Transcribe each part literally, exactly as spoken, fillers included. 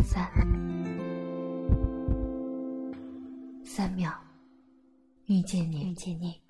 不散。三秒，遇见你，遇见你。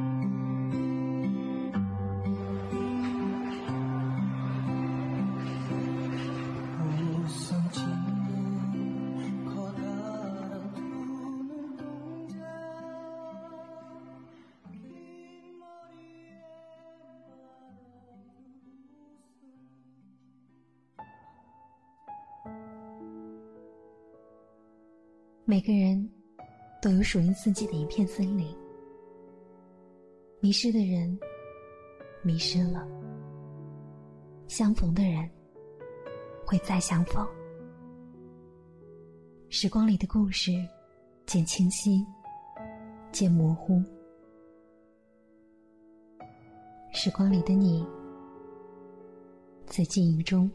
每个人都有属于自己的一片森林，迷失的人迷失了，相逢的人会再相逢。时光里的故事渐清晰，渐模糊，时光里的你，在记忆中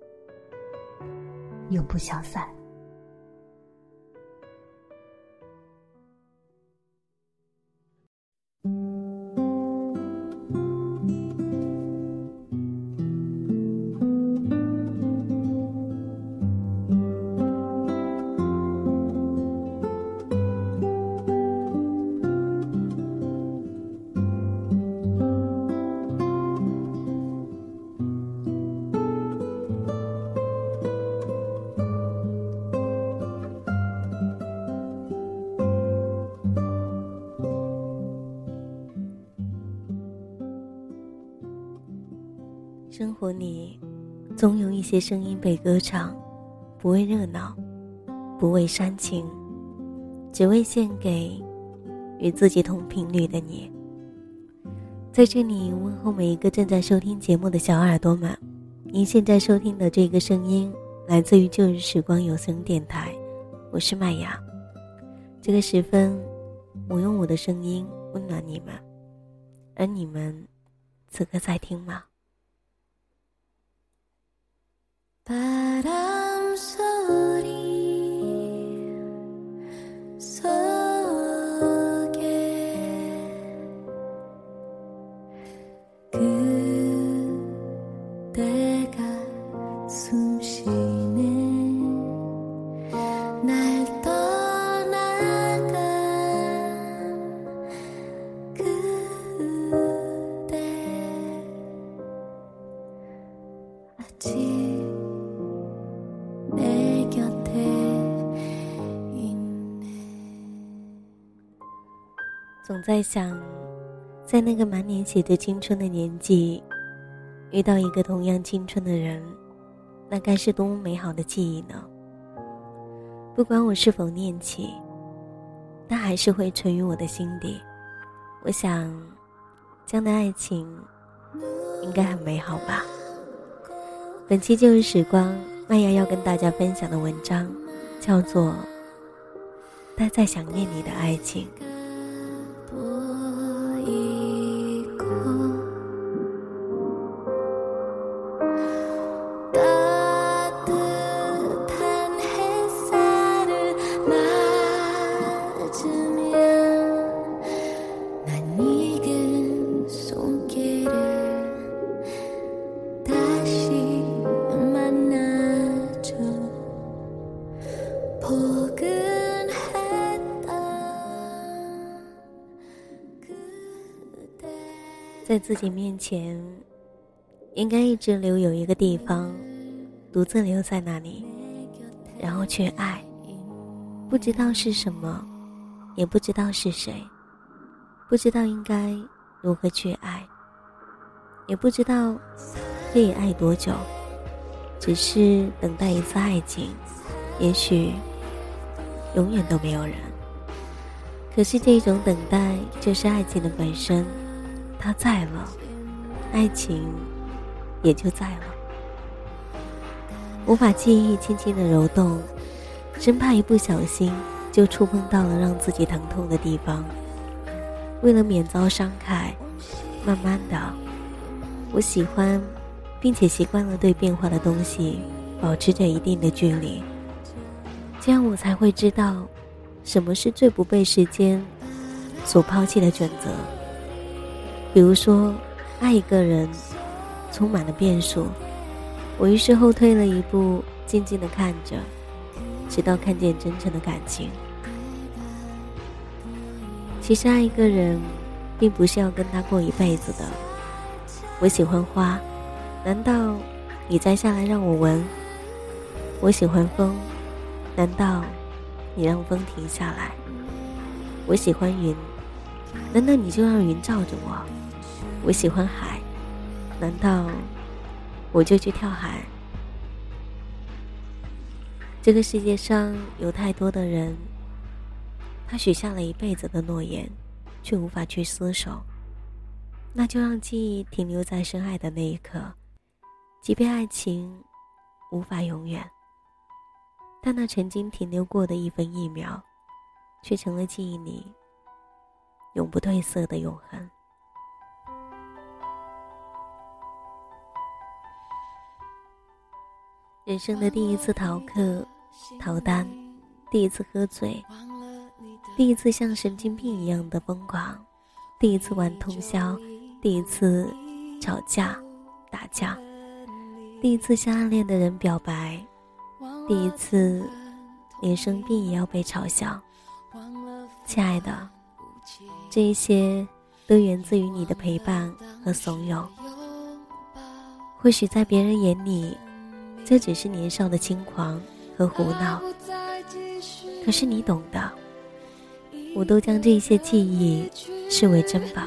永不消散。 生活里总有一些声音被歌唱，不为热闹，不为煽情，只为献给与自己同频率的你。在这里问候每一个正在收听节目的小耳朵们，您现在收听的这个声音来自于旧日时光有声电台，我是麦雅。这个时分，我用我的声音温暖你们，而你们此刻在听吗 바람 소리 속에 그대가 숨쉬네 날 떠나간 그대 아직 总在想，在那个满脸写着青春的年纪，遇到一个同样青春的人，那该是多么美好的记忆呢？不管我是否念起，那还是会存于我的心底。我想，这样的爱情应该很美好吧。本期旧日时光，麦雅要跟大家分享的文章叫做《待在想念你的爱情》。在自己面前，应该一直留有一个地方，独自留在那里，然后去爱，不知道是什么，也不知道是谁，不知道应该如何去爱，也不知道可以爱多久，只是等待一次爱情，也许永远都没有人。可是这种等待就是爱情的本身，它在了，爱情也就在了。我把记忆轻轻地揉动，生怕一不小心就触碰到了让自己疼痛的地方。为了免遭伤害，慢慢的，我喜欢并且习惯了对变化的东西保持着一定的距离，这样我才会知道什么是最不被时间所抛弃的选择。比如说，爱一个人充满了变数，我于是后退了一步，静静地看着， 直到看见真诚的感情。其实爱一个人并不是要跟他过一辈子的。我喜欢花，难道你摘下来让我闻？我喜欢风，难道你让风停下来？我喜欢云，难道你就让云罩着我？我喜欢海，难道我就去跳海？这个世界上有太多的人，他许下了一辈子的诺言，却无法去厮守，那就让记忆停留在深爱的那一刻。即便爱情无法永远，但那曾经停留过的一分一秒，却成了记忆里永不褪色的永恒。人生的第一次逃课逃单，第一次喝醉，第一次像神经病一样的疯狂，第一次玩通宵，第一次吵架打架，第一次向暗恋的人表白，第一次连生病也要被嘲笑。亲爱的，这一些都源自于你的陪伴和怂恿。或许在别人眼里，这只是年少的轻狂和胡闹，可是你懂的，我都将这些记忆视为珍宝。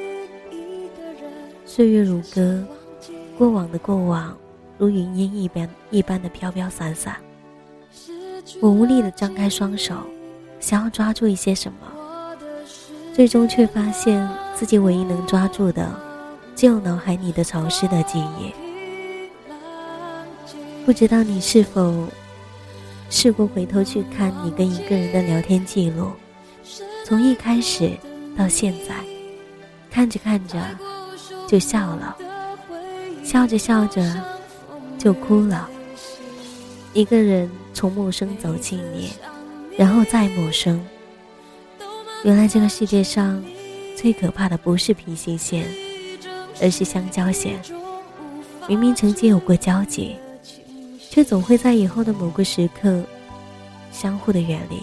岁月如歌，过往的过往如云烟一般一般的飘飘散散。我无力地张开双手，想要抓住一些什么，最终却发现自己唯一能抓住的，只有脑海里的潮湿的记忆。不知道你是否试过回头去看你跟一个人的聊天记录，从一开始到现在，看着看着就笑了，笑着笑着就哭了。一个人从陌生走进你，然后再陌生。原来这个世界上最可怕的不是平行线，而是相交线。明明曾经有过交集，却总会在以后的某个时刻相互的远离。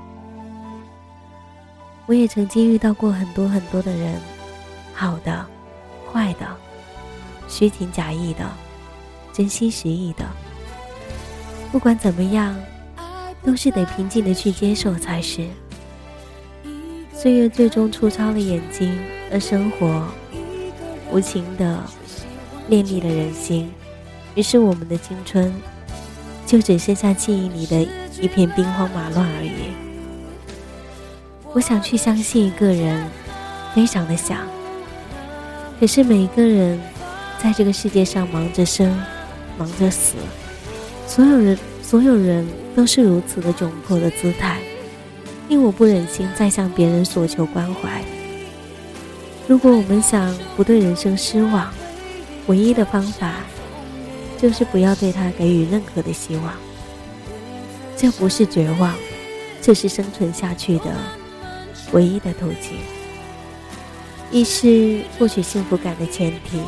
我也曾经遇到过很多很多的人，好的坏的，虚情假意的，真心实意的，不管怎么样，都是得平静的去接受才是。岁月最终粗糙了眼睛，而生活无情的练丽了人心，于是我们的青春就只剩下记忆里的一片兵荒马乱而已。我想去相信一个人，非常的想，可是每一个人在这个世界上忙着生，忙着死，所有人所有人都是如此的窘迫的姿态，令我不忍心再向别人索求关怀。如果我们想不对人生失望，唯一的方法就是不要对他给予任何的希望。这不是绝望，这是生存下去的唯一的途径，亦是获取幸福感的前提。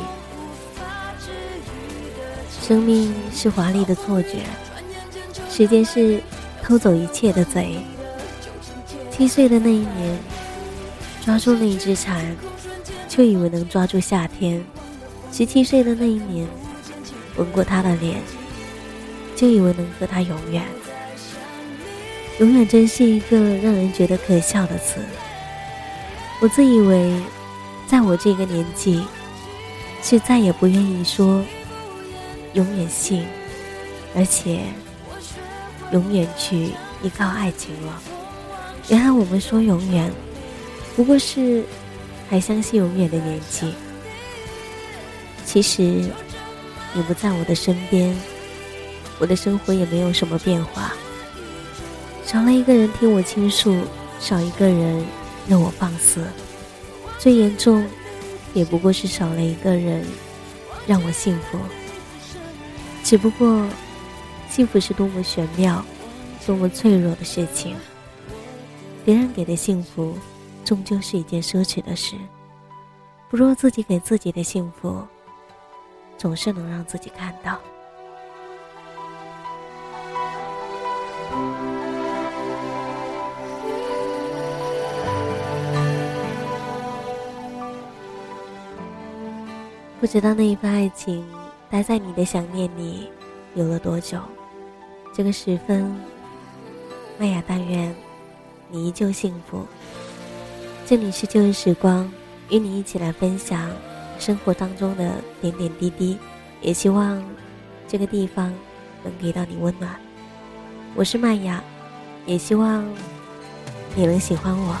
生命是华丽的错觉，时间是偷走一切的贼。七岁的那一年，抓住那一只蝉，就以为能抓住夏天；十七岁的那一年，吻过他的脸，就以为能和他永远。永远真是一个让人觉得可笑的词。我自以为在我这个年纪是再也不愿意说永远信，而且永远去依靠爱情了。原来我们说永远不过是还相信永远的年纪。其实你不在我的身边，我的生活也没有什么变化，少了一个人听我倾诉，少一个人任我放肆，最严重也不过是少了一个人让我幸福。只不过幸福是多么玄妙多么脆弱的事情，别人给的幸福终究是一件奢侈的事，不若自己给自己的幸福总是能让自己看到。 不知道那一份爱情待在你的想念里有了多久。这个时分，麦雅但愿你依旧幸福。这里是旧日时光，与你一起来分享生活当中的点点滴滴，也希望这个地方能给到你温暖。我是麦雅，也希望你能喜欢我。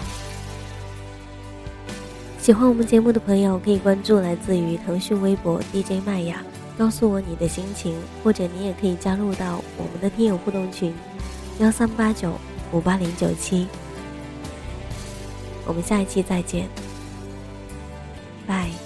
喜欢我们节目的朋友可以关注来自于腾讯微博 D J 麦雅，告诉我你的心情，或者你也可以加入到我们的听友互动群幺三八九五八零九七。我们下一期再见，拜。